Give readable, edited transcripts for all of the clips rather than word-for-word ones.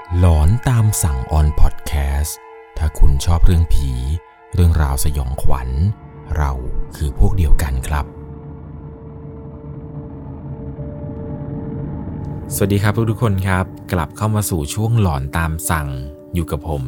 หลอนตามสั่งออนพอดแคสต์ถ้าคุณชอบเรื่องผีเรื่องราวสยองขวัญเราคือพวกเดียวกันครับสวัสดีครับทุกคนครับกลับเข้ามาสู่ช่วงหลอนตามสั่งอยู่กับผม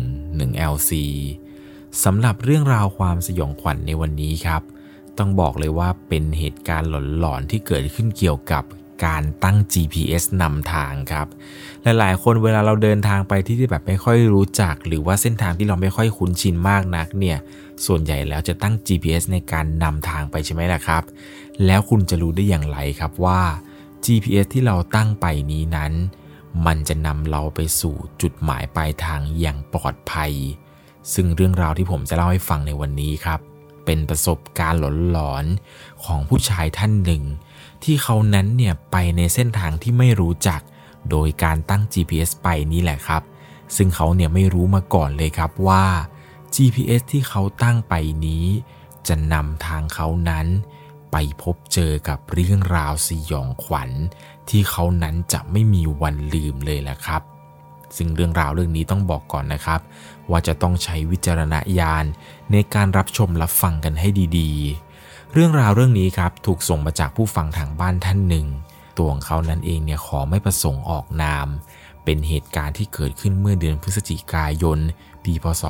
1 LC สำหรับเรื่องราวความสยองขวัญในวันนี้ครับต้องบอกเลยว่าเป็นเหตุการณ์หลอนๆที่เกิดขึ้นเกี่ยวกับการตั้ง GPS นำทางครับหลายๆคนเวลาเราเดินทางไปที่แบบไม่ค่อยรู้จักหรือว่าเส้นทางที่เราไม่ค่อยคุ้นชินมากนักเนี่ยส่วนใหญ่แล้วจะตั้ง GPS ในการนำทางไปใช่ไหมล่ะครับแล้วคุณจะรู้ได้อย่างไรครับว่า GPS ที่เราตั้งไปนี้นั้นมันจะนำเราไปสู่จุดหมายปลายทางอย่างปลอดภัยซึ่งเรื่องราวที่ผมจะเล่าให้ฟังในวันนี้ครับเป็นประสบการณ์หลอนๆของผู้ชายท่านหนึ่งที่เขานั้นเนี่ยไปในเส้นทางที่ไม่รู้จักโดยการตั้ง GPS ไปนี่แหละครับซึ่งเขาเนี่ยไม่รู้มาก่อนเลยครับว่า GPS ที่เขาตั้งไปนี้จะนำทางเขานั้นไปพบเจอกับเรื่องราวสยองขวัญที่เขานั้นจะไม่มีวันลืมเลยแหละครับซึ่งเรื่องราวเรื่องนี้ต้องบอกก่อนนะครับว่าจะต้องใช้วิจารณญาณในการรับชมรับฟังกันให้ดีๆเรื่องราวเรื่องนี้ครับถูกส่งมาจากผู้ฟังทางบ้านท่านหนึ่งตัวของเขานั้นเองเนี่ยขอไม่ประสงค์ออกนามเป็นเหตุการณ์ที่เกิดขึ้นเมื่อเดือนพฤศจิกายนปีพ.ศ.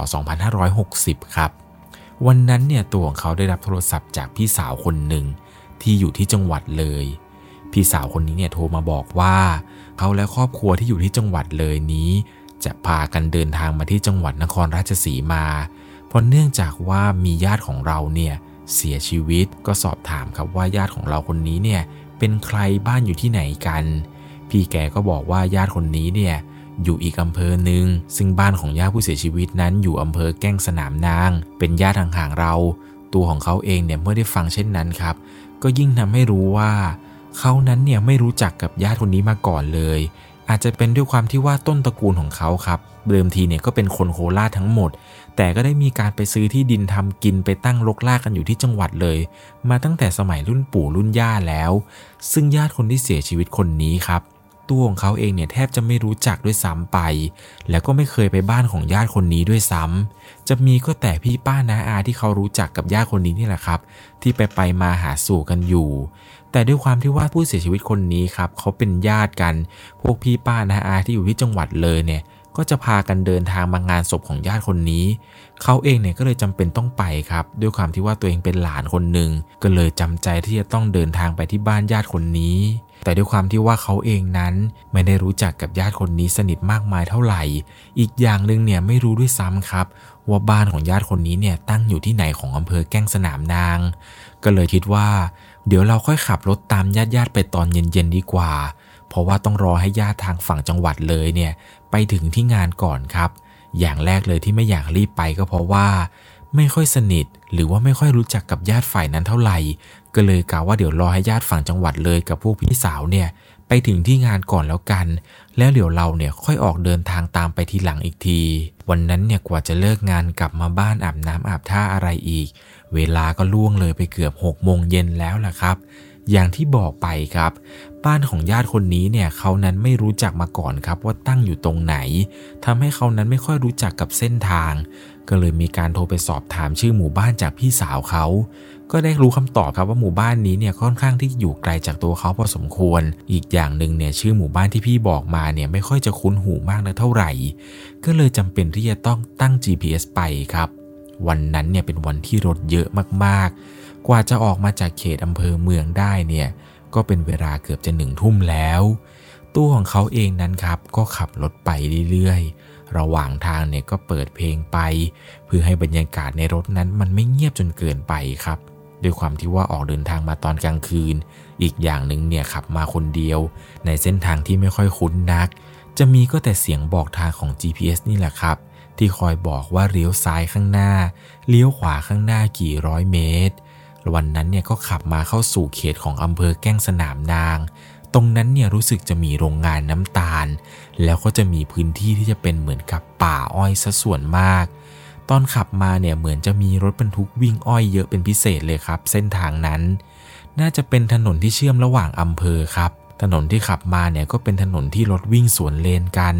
2560ครับวันนั้นเนี่ยตัวของเขาได้รับโทรศัพท์จากพี่สาวคนหนึ่งที่อยู่ที่จังหวัดเลยพี่สาวคนนี้เนี่ยโทรมาบอกว่าเขาและครอบครัวที่อยู่ที่จังหวัดเลยนี้จะพากันเดินทางมาที่จังหวัดนครราชสีมาเพราะเนื่องจากว่ามีญาติของเราเนี่ยเสียชีวิตก็สอบถามครับว่าญาติของเราคนนี้เนี่ยเป็นใครบ้านอยู่ที่ไหนกันพี่แกก็บอกว่าญาติคนนี้เนี่ยอยู่อีกอำเภอหนึ่งซึ่งบ้านของญาติผู้เสียชีวิตนั้นอยู่อำเภอแก้งสนามนางเป็นญาติห่างๆเราตัวของเขาเองเนี่ยเมื่อได้ฟังเช่นนั้นครับก็ยิ่งทำให้รู้ว่าเขานั้นเนี่ยไม่รู้จักกับญาติคนนี้มาก่อนเลยอาจจะเป็นด้วยความที่ว่าต้นตระกูลของเขาครับเดิมทีเนี่ยก็เป็นคนโคราชทั้งหมดแต่ก็ได้มีการไปซื้อที่ดินทำกินไปตั้งรกรากกันอยู่ที่จังหวัดเลยมาตั้งแต่สมัยรุ่นปู่รุ่นย่าแล้วซึ่งญาติคนที่เสียชีวิตคนนี้ครับตัวของเขาเองเนี่ยแทบจะไม่รู้จักด้วยซ้ำไปแล้วก็ไม่เคยไปบ้านของญาติคนนี้ด้วยซ้ำจะมีก็แต่พี่ป้าน้าอาที่เขารู้จักกับญาติคนนี้นี่แหละครับที่ไปมาหาสู่กันอยู่แต่ด้วยความที่ว่าผู้เสียชีวิตคนนี้ครับเขาเป็นญาติกันพวกพี่ป้าน้าอาที่อยู่ที่จังหวัดเลยเนี่ยก็จะพากันเดินทางมางานศพของญาติคนนี้เขาเองเนี่ยก็เลยจำเป็นต้องไปครับด้วยความที่ว่าตัวเองเป็นหลานคนหนึ่งก็เลยจำใจที่จะต้องเดินทางไปที่บ้านญาติคนนี้แต่ด้วยความที่ว่าเขาเองนั้นไม่ได้รู้จักกับญาติคนนี้สนิทมากมายเท่าไหร่อีกอย่างหนึ่งเนี่ยไม่รู้ด้วยซ้ำครับว่าบ้านของญาติคนนี้เนี่ยตั้งอยู่ที่ไหนของอำเภอแก้งสนามนางก็เลยคิดว่าเดี๋ยวเราค่อยขับรถตามญาติไปตอนเย็นๆดีกว่าเพราะว่าต้องรอให้ญาติทางฝั่งจังหวัดเลยเนี่ยไปถึงที่งานก่อนครับอย่างแรกเลยที่ไม่อยากรีบไปก็เพราะว่าไม่ค่อยสนิทหรือว่าไม่ค่อยรู้จักกับญาติฝ่ายนั้นเท่าไหร่ก็เลยกะว่าเดี๋ยวรอให้ญาติฝั่งจังหวัดเลยกับพวกพี่สาวเนี่ยไปถึงที่งานก่อนแล้วกันแล้วเดี๋ยวเราเนี่ยค่อยออกเดินทางตามไปทีหลังอีกทีวันนั้นเนี่ยกว่าจะเลิกงานกลับมาบ้านอาบน้ำอาบท่าอะไรอีกเวลาก็ล่วงเลยไปเกือบ6 โมงเย็นแล้วล่ะครับอย่างที่บอกไปครับบ้านของญาติคนนี้เนี่ยเขานั้นไม่รู้จักมาก่อนครับว่าตั้งอยู่ตรงไหนทำให้เขานั้นไม่ค่อยรู้จักกับเส้นทางก็เลยมีการโทรไปสอบถามชื่อหมู่บ้านจากพี่สาวเขาก็ได้รู้คำตอบครับว่าหมู่บ้านนี้เนี่ยค่อนข้างที่อยู่ไกลจากตัวเขาพอสมควรอีกอย่างหนึ่งเนี่ยชื่อหมู่บ้านที่พี่บอกมาเนี่ยไม่ค่อยจะคุ้นหูมากนักเท่าไหร่ก็เลยจำเป็นที่จะต้องตั้ง GPS ไปครับวันนั้นเนี่ยเป็นวันที่รถเยอะมากๆกว่าจะออกมาจากเขตอำเภอเมืองได้เนี่ยก็เป็นเวลาเกือบจะ1 ทุ่มแล้วตัวของเขาเองนั้นครับก็ขับรถไปเรื่อยๆระหว่างทางเนี่ยก็เปิดเพลงไปเพื่อให้บรรยากาศในรถนั้นมันไม่เงียบจนเกินไปครับด้วยความที่ว่าออกเดินทางมาตอนกลางคืนอีกอย่างหนึ่งเนี่ยขับมาคนเดียวในเส้นทางที่ไม่ค่อยคุ้นนักจะมีก็แต่เสียงบอกทางของ GPS นี่แหละครับที่คอยบอกว่าเลี้ยวซ้ายข้างหน้าเลี้ยวขวาข้างหน้ากี่ร้อยเมตรวันนั้นเนี่ยก็ขับมาเข้าสู่เขตของอำเภอแก้งสนามนางตรงนั้นเนี่ยรู้สึกจะมีโรงงานน้ำตาลแล้วก็จะมีพื้นที่ที่จะเป็นเหมือนกับป่าอ้อยซะส่วนมากตอนขับมาเนี่ยเหมือนจะมีรถบรรทุกวิ่งอ้อยเยอะเป็นพิเศษเลยครับเส้นทางนั้นน่าจะเป็นถนนที่เชื่อมระหว่างอำเภอครับถนนที่ขับมาเนี่ยก็เป็นถนนที่รถวิ่งสวนเลนกัน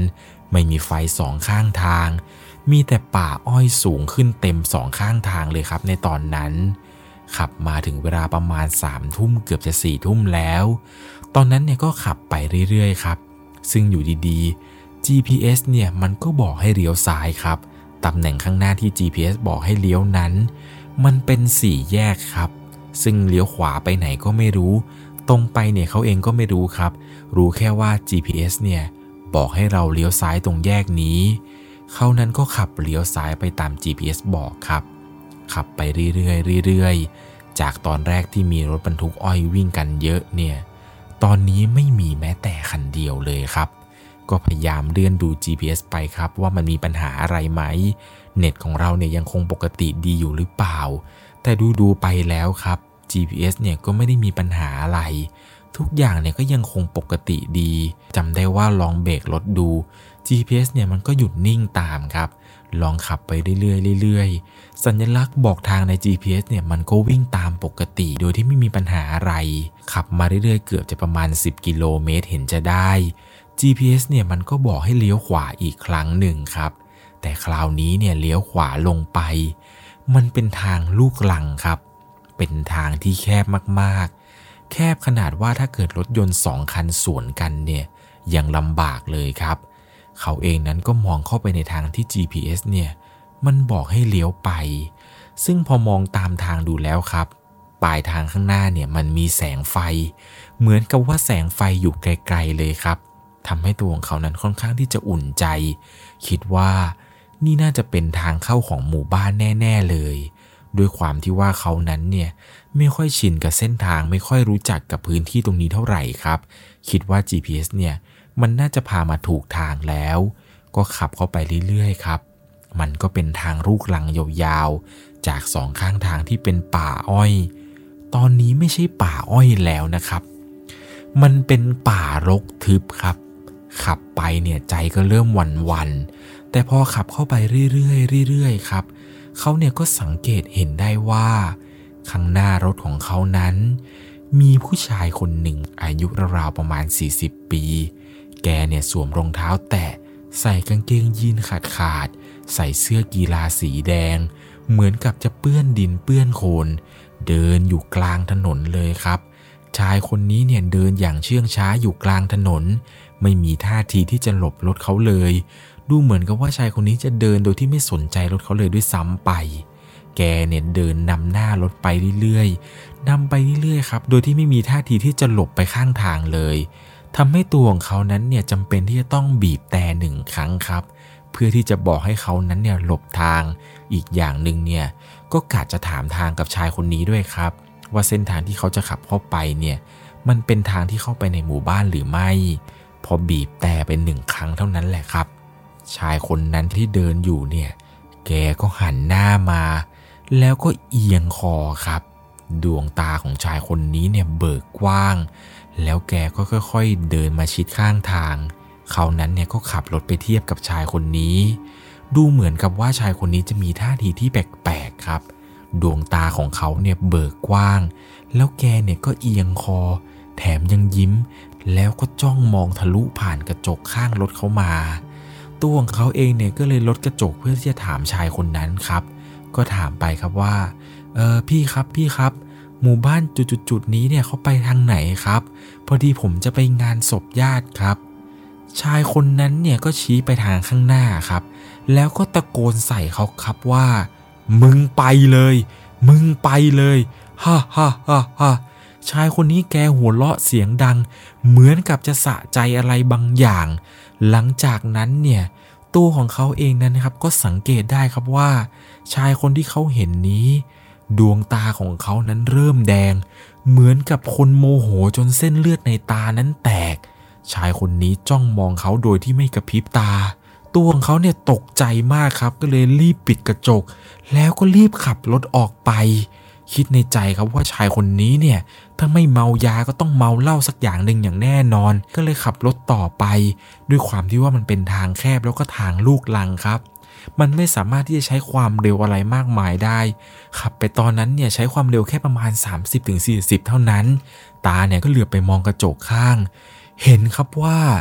ไม่มีไฟสองข้างทางมีแต่ป่าอ้อยสูงขึ้นเต็มสองข้างทางเลยครับในตอนนั้นขับมาถึงเวลาประมาณ3 ทุ่มเกือบจะ4 ทุ่มแล้วตอนนั้นเนี่ยก็ขับไปเรื่อยๆครับซึ่งอยู่ดีๆ GPS เนี่ยมันก็บอกให้เลี้ยวซ้ายครับตำแหน่งข้างหน้าที่ GPS บอกให้เลี้ยวนั้นมันเป็น4 แยกครับซึ่งเลี้ยวขวาไปไหนก็ไม่รู้ตรงไปเนี่ยเขาเองก็ไม่รู้ครับรู้แค่ว่า GPS เนี่ยบอกให้เราเลี้ยวซ้ายตรงแยกนี้เขานั้นก็ขับเลี้ยวซ้ายไปตาม GPS บอกครับขับไปเรื่อยๆจากตอนแรกที่มีรถบรรทุกอ้อยวิ่งกันเยอะเนี่ยตอนนี้ไม่มีแม้แต่คันเดียวเลยครับก็พยายามเลื่อนดู GPS ไปครับว่ามันมีปัญหาอะไรไหมเน็ตของเราเนี่ยยังคงปกติดีอยู่หรือเปล่าแต่ดูไปแล้วครับ GPS เนี่ยก็ไม่ได้มีปัญหาอะไรทุกอย่างเนี่ยก็ยังคงปกติดีจำได้ว่าลองเบรกรถดู GPS เนี่ยมันก็หยุดนิ่งตามครับลองขับไปเรื่อยๆสัญลักษณ์บอกทางใน GPS เนี่ยมันก็วิ่งตามปกติโดยที่ไม่มีปัญหาอะไรขับมาเรื่อยๆเกือบจะประมาณ10 กิโลเมตรเห็นจะได้ GPS เนี่ยมันก็บอกให้เลี้ยวขวาอีกครั้งหนึ่งครับแต่คราวนี้เนี่ยเลี้ยวขวาลงไปมันเป็นทางลูกรังครับเป็นทางที่แคบมากๆแคบขนาดว่าถ้าเกิดรถยนต์2 คันสวนกันเนี่ยยังลำบากเลยครับเขาเองนั้นก็มองเข้าไปในทางที่ GPS เนี่ยมันบอกให้เลี้ยวไปซึ่งพอมองตามทางดูแล้วครับปลายทางข้างหน้าเนี่ยมันมีแสงไฟเหมือนกับว่าแสงไฟอยู่ไกลๆเลยครับทำให้ตัวของเขานั้นค่อนข้างที่จะอุ่นใจคิดว่านี่น่าจะเป็นทางเข้าของหมู่บ้านแน่ๆเลยด้วยความที่ว่าเขานั้นเนี่ยไม่ค่อยชินกับเส้นทางไม่ค่อยรู้จักกับพื้นที่ตรงนี้เท่าไหร่ครับคิดว่า GPS เนี่ยมันน่าจะพามาถูกทางแล้วก็ขับเข้าไปเรื่อยๆครับมันก็เป็นทางลูกรังยาวๆจาก2 ข้างทางที่เป็นป่าอ้อยตอนนี้ไม่ใช่ป่าอ้อยแล้วนะครับมันเป็นป่ารกทึบครับขับไปเนี่ยใจก็เริ่มหวั่นๆแต่พอขับเข้าไปเรื่อยๆครับเขาเนี่ยก็สังเกตเห็นได้ว่าข้างหน้ารถของเขานั้นมีผู้ชายคนหนึ่งอายุราวๆประมาณ40 ปีแกเนี่ยสวมรองเท้าแตะใส่กางเกงยีนขาดใส่เสื้อกีฬาสีแดงเหมือนกับจะเปื้อนดินเปื้อนโคลนเดินอยู่กลางถนนเลยครับชายคนนี้เนี่ยเดินอย่างเชื่องช้าอยู่กลางถนนไม่มีท่าทีที่จะหลบรถเขาเลยดูเหมือนกับว่าชายคนนี้จะเดินโดยที่ไม่สนใจรถเขาเลยด้วยซ้ำไปแกเนี่ยเดินนำหน้ารถไปเรื่อยๆนำไปเรื่อยๆครับโดยที่ไม่มีท่าทีที่จะหลบไปข้างทางเลยทำให้ตัวของเขานั้นเนี่ยจำเป็นที่จะต้องบีบแต่1 ครั้งครับเพื่อที่จะบอกให้เขานั้นเนี่ยหลบทางอีกอย่างหนึ่งเนี่ยก็กะจะถามทางกับชายคนนี้ด้วยครับว่าเส้นทางที่เขาจะขับเข้าไปเนี่ยมันเป็นทางที่เข้าไปในหมู่บ้านหรือไม่พอบีบแต่เป็น1 ครั้งเท่านั้นแหละครับชายคนนั้นที่เดินอยู่เนี่ยแกก็หันหน้ามาแล้วก็เอียงคอครับดวงตาของชายคนนี้เนี่ยเบิกกว้างแล้วแกก็ค่อยๆเดินมาชิดข้างทางเขานั้นเนี่ยก็ขับรถไปเทียบกับชายคนนี้ดูเหมือนกับว่าชายคนนี้จะมีท่าทีที่แปลกๆครับดวงตาของเขาเนี่ยเบิกกว้างแล้วแกเนี่ยก็เอียงคอแถมยังยิ้มแล้วก็จ้องมองทะลุผ่านกระจกข้างรถเขามาตัวของเขาเองเนี่ยก็เลยลดกระจกเพื่อที่จะถามชายคนนั้นครับก็ถามไปครับว่าพี่ครับหมู่บ้านจุดๆนี้เนี่ยเขาไปทางไหนครับพอดีผมจะไปงานศพญาติครับชายคนนั้นเนี่ยก็ชี้ไปทางข้างหน้าครับแล้วก็ตะโกนใส่เขาครับว่ามึงไปเลยฮ่าฮ่าฮ่าฮ่าชายคนนี้แกหัวเราะเสียงดังเหมือนกับจะสะใจอะไรบางอย่างหลังจากนั้นเนี่ยตัวของเขาเองนั้นนะครับก็สังเกตได้ครับว่าชายคนที่เขาเห็นนี้ดวงตาของเขานั้นเริ่มแดงเหมือนกับคนโมโหจนเส้นเลือดในตานั้นแตกชายคนนี้จ้องมองเขาโดยที่ไม่กระพริบตาตัวของเขาเนี่ยตกใจมากครับก็เลยรีบปิดกระจกแล้วก็รีบขับรถออกไปคิดในใจครับว่าชายคนนี้เนี่ยถ้าไม่เมายาก็ต้องเมาเหล้าสักอย่างหนึ่งอย่างแน่นอนก็เลยขับรถต่อไปด้วยความที่ว่ามันเป็นทางแคบแล้วก็ทางลูกรังครับมันไม่สามารถที่จะใช้ความเร็วอะไรมากมายได้ขับไปตอนนั้นเนี่ยใช้ความเร็วแค่ประมาณ 30-40 เท่านั้นตาเนี่ยก็เหลือบไปมองกระจกข้างเห็นครับว่า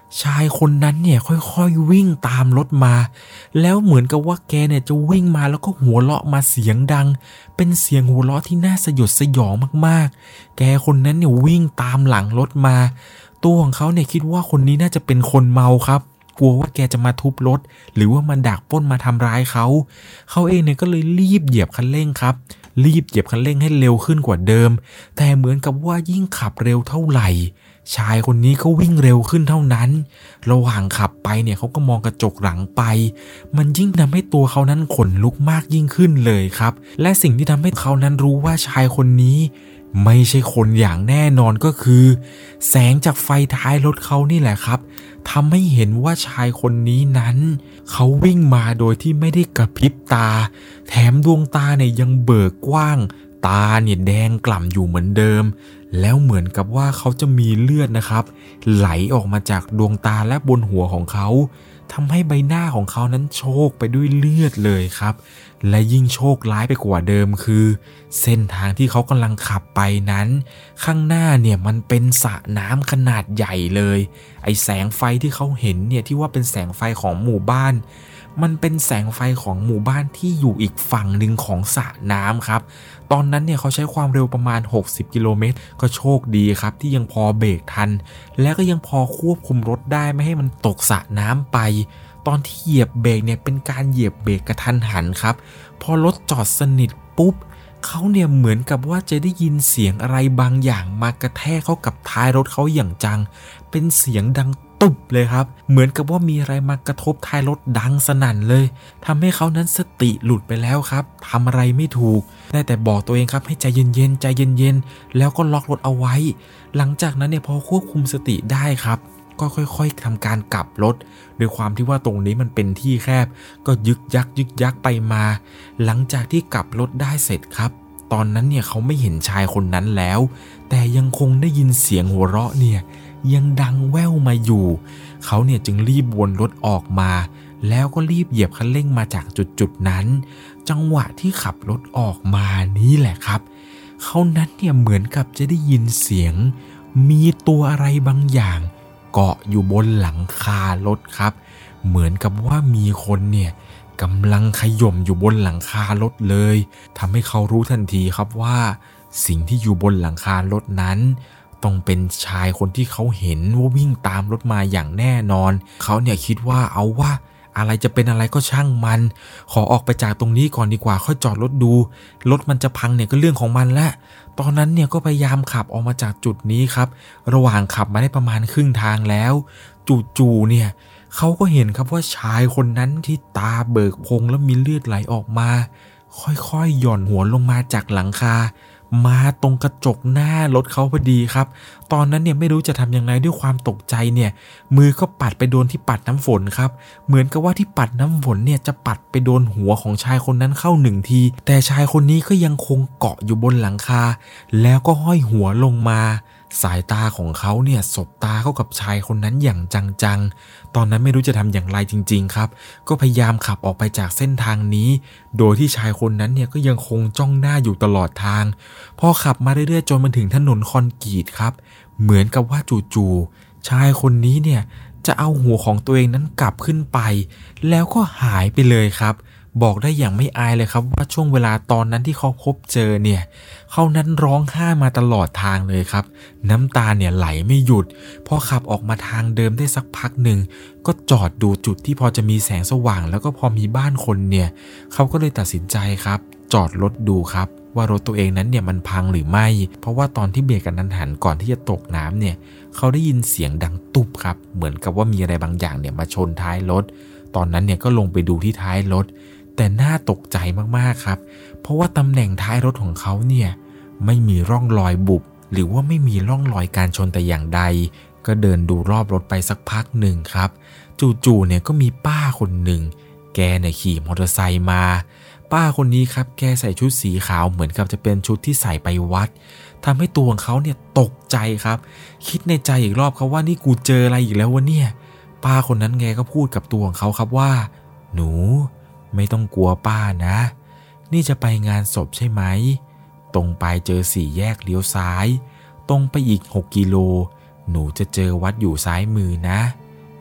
ชายคนนั้นเนี่ยค่อยๆวิ่งตามรถมาแล้วเหมือนกับว่าแกเนี่ยจะวิ่งมาแล้วก็หัวเราะมาเสียงดังเป็นเสียงหัวเราะที่น่าสยดสยองมากๆแกคนนั้นเนี่ยวิ่งตามหลังรถมาตัวของเขาเนี่ยคิดว่าคนนี้น่าจะเป็นคนเมาครับกลัวว่าแกจะมาทุบรถหรือว่ามาดักปล้นมาทำร้ายเขาเองเนี่ยก็เลยรีบเหยียบคันเร่งครับรีบเหยียบคันเร่งให้เร็วขึ้นกว่าเดิมแต่เหมือนกับว่ายิ่งขับเร็วเท่าไหร่ชายคนนี้ก็วิ่งเร็วขึ้นเท่านั้นระหว่างขับไปเนี่ยเขาก็มองกระจกหลังไปมันยิ่งทำให้ตัวเขานั้นขนลุกมากยิ่งขึ้นเลยครับและสิ่งที่ทำให้เขานั้นรู้ว่าชายคนนี้ไม่ใช่คนอย่างแน่นอนก็คือแสงจากไฟท้ายรถเขานี่แหละครับทำให้เห็นว่าชายคนนี้นั้นเขาวิ่งมาโดยที่ไม่ได้กระพริบตาแถมดวงตาเนี่ยยังเบิกกว้างตาเนี่ยแดงกล่ำอยู่เหมือนเดิมแล้วเหมือนกับว่าเขาจะมีเลือดนะครับไหลออกมาจากดวงตาและบนหัวของเขาทำให้ใบหน้าของเขานั้นโชกไปด้วยเลือดเลยครับและยิ่งโชคร้ายไปกว่าเดิมคือเส้นทางที่เขากำลังขับไปนั้นข้างหน้าเนี่ยมันเป็นสระน้ำขนาดใหญ่เลยไอแสงไฟที่เขาเห็นเนี่ยที่ว่าเป็นแสงไฟของหมู่บ้านมันเป็นแสงไฟของหมู่บ้านที่อยู่อีกฝั่งหนึ่งของสระน้ำครับตอนนั้นเนี่ยเขาใช้ความเร็วประมาณ60กิโลเมตรก็โชคดีครับที่ยังพอเบรกทันและก็ยังพอควบคุมรถได้ไม่ให้มันตกสระน้ำไปตอนที่เหยียบเบรกเนี่ยเป็นการเหยียบเบรกกระทันหันครับพอรถจอดสนิทปุ๊บเขาเนี่ยเหมือนกับว่าจะได้ยินเสียงอะไรบางอย่างมากระแทกเข้ากับท้ายรถเขาอย่างจังเป็นเสียงดังตุบเลยครับเหมือนกับว่ามีอะไรมากระทบท้ายรถดังสนั่นเลยทำให้เขานั้นสติหลุดไปแล้วครับทำอะไรไม่ถูกได้แต่บอกตัวเองครับให้ใจเย็นๆใจเย็นๆแล้วก็ล็อกรถเอาไว้หลังจากนั้นเนี่ยพอควบคุมสติได้ครับก็ค่อยๆทำการกลับรถด้วยความที่ว่าตรงนี้มันเป็นที่แคบก็ยึกยักไปมาหลังจากที่กลับรถได้เสร็จครับตอนนั้นเนี่ยเขาไม่เห็นชายคนนั้นแล้วแต่ยังคงได้ยินเสียงหัวเราะเนี่ยยังดังแว่วมาอยู่เขาเนี่ยจึงรีบวนรถออกมาแล้วก็รีบเหยียบคันเร่งมาจากจุดนั้นจังหวะที่ขับรถออกมานี้แหละครับเขานั้นเนี่ยเหมือนกับจะได้ยินเสียงมีตัวอะไรบางอย่างเกาะอยู่บนหลังคารถครับเหมือนกับว่ามีคนเนี่ยกำลังขย่มอยู่บนหลังคารถเลยทำให้เขารู้ทันทีครับว่าสิ่งที่อยู่บนหลังคารถนั้นต้องเป็นชายคนที่เขาเห็นว่าวิ่งตามรถมาอย่างแน่นอนเขาเนี่ยคิดว่าเอาว่าอะไรจะเป็นอะไรก็ช่างมันขอออกไปจากตรงนี้ก่อนดีกว่าค่อยจอดรถดูรถมันจะพังเนี่ยก็เรื่องของมันละตอนนั้นเนี่ยก็พยายามขับออกมาจากจุดนี้ครับระหว่างขับมาได้ประมาณครึ่งทางแล้วจู่ๆเนี่ยเขาก็เห็นครับว่าชายคนนั้นที่ตาเบิกโพรงแล้วมีเลือดไหลออกมาค่อยๆหย่อนหัวลงมาจากหลังคามาตรงกระจกหน้ารถเขาพอดีครับตอนนั้นเนี่ยไม่รู้จะทำยังไงด้วยความตกใจเนี่ยมือก็ปัดไปโดนที่ปัดน้ำฝนครับเหมือนกับว่าที่ปัดน้ำฝนเนี่ยจะปัดไปโดนหัวของชายคนนั้นเข้าหนึ่งทีแต่ชายคนนี้ก็ยังคงเกาะอยู่บนหลังคาแล้วก็ห้อยหัวลงมาสายตาของเขาเนี่ยสบตาเข้ากับชายคนนั้นอย่างจังๆตอนนั้นไม่รู้จะทำอย่างไรจริงๆครับก็พยายามขับออกไปจากเส้นทางนี้โดยที่ชายคนนั้นเนี่ยก็ยังคงจ้องหน้าอยู่ตลอดทางพอขับมาเรื่อยๆจนมาถึงถนนคอนกรีตครับเหมือนกับว่าจู่ๆชายคนนี้เนี่ยจะเอาหัวของตัวเองนั้นกลับขึ้นไปแล้วก็หายไปเลยครับบอกได้อย่างไม่อายเลยครับว่าช่วงเวลาตอนนั้นที่เขาพบเจอเนี่ยเขานั้นร้องไห้มาตลอดทางเลยครับน้ำตาเนี่ยไหลไม่หยุดพอขับออกมาทางเดิมได้สักพักหนึ่งก็จอดดูจุดที่พอจะมีแสงสว่างแล้วก็พอมีบ้านคนเนี่ยเขาก็เลยตัดสินใจครับจอดรถดูครับว่ารถตัวเองนั้นเนี่ยมันพังหรือไม่เพราะว่าตอนที่เบรกกันนั้นหันก่อนที่จะตกน้ำเนี่ยเขาได้ยินเสียงดังตุบครับเหมือนกับว่ามีอะไรบางอย่างเนี่ยมาชนท้ายรถตอนนั้นเนี่ยก็ลงไปดูที่ท้ายรถแต่น่าตกใจมากๆครับเพราะว่าตำแหน่งท้ายรถของเขาเนี่ยไม่มีร่องรอยบุบหรือว่าไม่มีร่องรอยการชนแต่อย่างใดก็เดินดูรอบรถไปสักพักหนึ่งครับจู่ๆเนี่ยก็มีป้าคนหนึ่งแกเนี่ยขี่มอเตอร์ไซค์มาป้าคนนี้ครับแกใส่ชุดสีขาวเหมือนกับจะเป็นชุดที่ใส่ไปวัดทำให้ตัวของเขาเนี่ยตกใจครับคิดในใจอีกรอบครับว่านี่กูเจออะไรอีกแล้ววะเนี่ยป้าคนนั้นแกก็พูดกับตัวของเขาครับว่าหนูไม่ต้องกลัวป้านะนี่จะไปงานศพใช่ไหมตรงไปเจอ4 แยกเลี้ยวซ้ายตรงไปอีก6 กิโลหนูจะเจอวัดอยู่ซ้ายมือนะ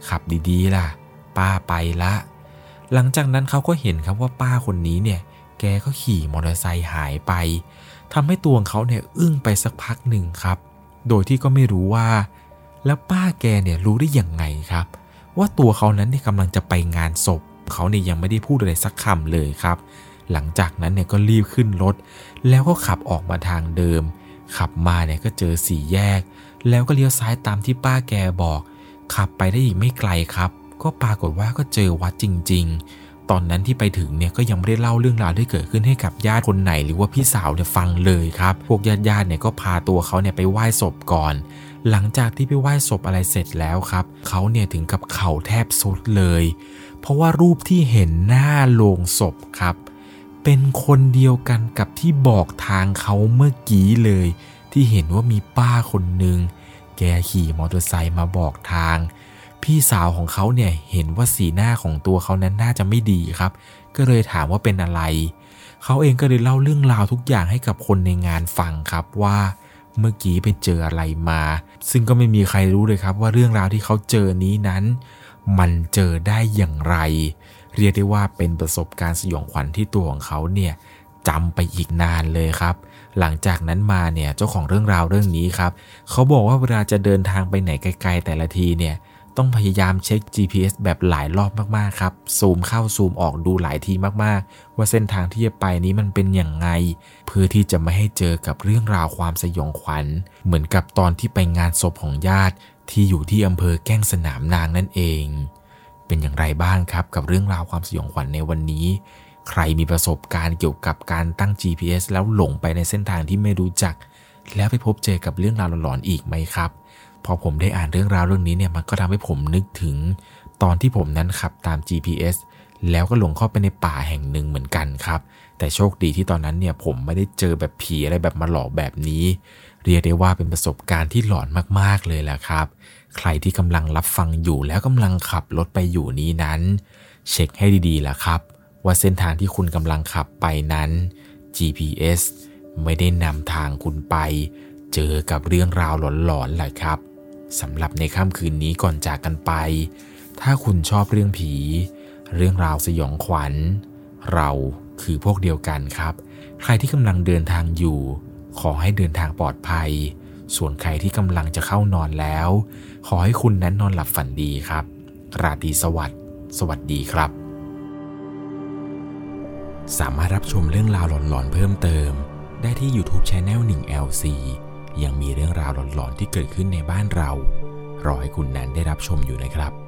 ขับดีๆล่ะป้าไปละหลังจากนั้นเขาก็เห็นครับว่าป้าคนนี้เนี่ยแกก็ขี่มอเตอร์ไซค์หายไปทำให้ตัวเขาเนี่ยอึ้งไปสักพักหนึ่งครับโดยที่ก็ไม่รู้ว่าแล้วป้าแกเนี่ยรู้ได้ยังไงครับว่าตัวเขานั้นเนี่ยกำลังจะไปงานศพเขาเนี่ยยังไม่ได้พูดอะไรสักคำเลยครับหลังจากนั้นเนี่ยก็รีบขึ้นรถแล้วก็ขับออกมาทางเดิมขับมาเนี่ยก็เจอ4 แยกแล้วก็เลี้ยวซ้ายตามที่ป้าแกบอกขับไปได้อีกไม่ไกลครับก็ปรากฏว่าก็เจอวัดจริงๆตอนนั้นที่ไปถึงเนี่ยก็ยังไม่ได้เล่าเรื่องราวที่เกิดขึ้นให้กับญาติคนไหนหรือว่าพี่สาวเนี่ยฟังเลยครับพวกญาติเนี่ยก็พาตัวเขาเนี่ยไปไหว้ศพก่อนหลังจากที่ไปไหว้ศพอะไรเสร็จแล้วครับเขาเนี่ยถึงกับเข่าแทบสุดเลยเพราะว่ารูปที่เห็นหน้าโลงศพครับเป็นคนเดียวกันกับที่บอกทางเขาเมื่อกี้เลยที่เห็นว่ามีป้าคนหนึ่งแกขี่มอเตอร์ไซค์มาบอกทางพี่สาวของเขาเนี่ยเห็นว่าสีหน้าของตัวเขานั้นน่าจะไม่ดีครับก็เลยถามว่าเป็นอะไรเขาเองก็เลยเล่าเรื่องราวทุกอย่างให้กับคนในงานฟังครับว่าเมื่อกี้ไปเจออะไรมาซึ่งก็ไม่มีใครรู้เลยครับว่าเรื่องราวที่เขาเจอนี้นั้นมันเจอได้อย่างไรเรียกได้ว่าเป็นประสบการณ์สยองขวัญที่ตัวของเขาเนี่ยจำไปอีกนานเลยครับหลังจากนั้นมาเนี่ยเจ้าของเรื่องราวเรื่องนี้ครับเขาบอกว่าเวลาจะเดินทางไปไหนไกลๆแต่ละทีเนี่ยต้องพยายามเช็ค GPS แบบหลายรอบมากๆครับซูมเข้าซูมออกดูหลายทีมากๆว่าเส้นทางที่จะไปนี้มันเป็นอย่างไงเพื่อที่จะไม่ให้เจอกับเรื่องราวความสยองขวัญเหมือนกับตอนที่ไปงานศพของญาติที่อยู่ที่อำเภอแก้งสนามนางนั่นเองเป็นอย่างไรบ้างครับกับเรื่องราวความสยองขวัญในวันนี้ใครมีประสบการณ์เกี่ยวกับการตั้ง GPS แล้วหลงไปในเส้นทางที่ไม่รู้จักแล้วไปพบเจอกับเรื่องราวหลอนๆอีกไหมครับพอผมได้อ่านเรื่องราวเรื่องนี้เนี่ยมันก็ทำให้ผมนึกถึงตอนที่ผมนั้นขับตาม GPS แล้วก็หลงเข้าไปในป่าแห่งหนึ่งเหมือนกันครับแต่โชคดีที่ตอนนั้นเนี่ยผมไม่ได้เจอแบบผีอะไรแบบมาหลอกแบบนี้เรียกได้ว่าเป็นประสบการณ์ที่หลอนมากๆเลยแหละครับใครที่กำลังรับฟังอยู่แล้วกำลังขับรถไปอยู่นี้นั้นเช็คให้ดีๆล่ะครับว่าเส้นทางที่คุณกำลังขับไปนั้น GPS ไม่ได้นำทางคุณไปเจอกับเรื่องราวหลอนๆแหละครับสำหรับในค่ำคืนนี้ก่อนจากกันไปถ้าคุณชอบเรื่องผีเรื่องราวสยองขวัญเราคือพวกเดียวกันครับใครที่กำลังเดินทางอยู่ขอให้เดินทางปลอดภัยส่วนใครที่กำลังจะเข้านอนแล้วขอให้คุณนั้นนอนหลับฝันดีครับราตรีสวัสดิ์สวัสดีครับสามารถรับชมเรื่องราวหลอนๆเพิ่มเติมได้ที่ YouTube Channel 1LC ยังมีเรื่องราวหลอนๆที่เกิดขึ้นในบ้านเรารอให้คุณนั้นได้รับชมอยู่นะครับ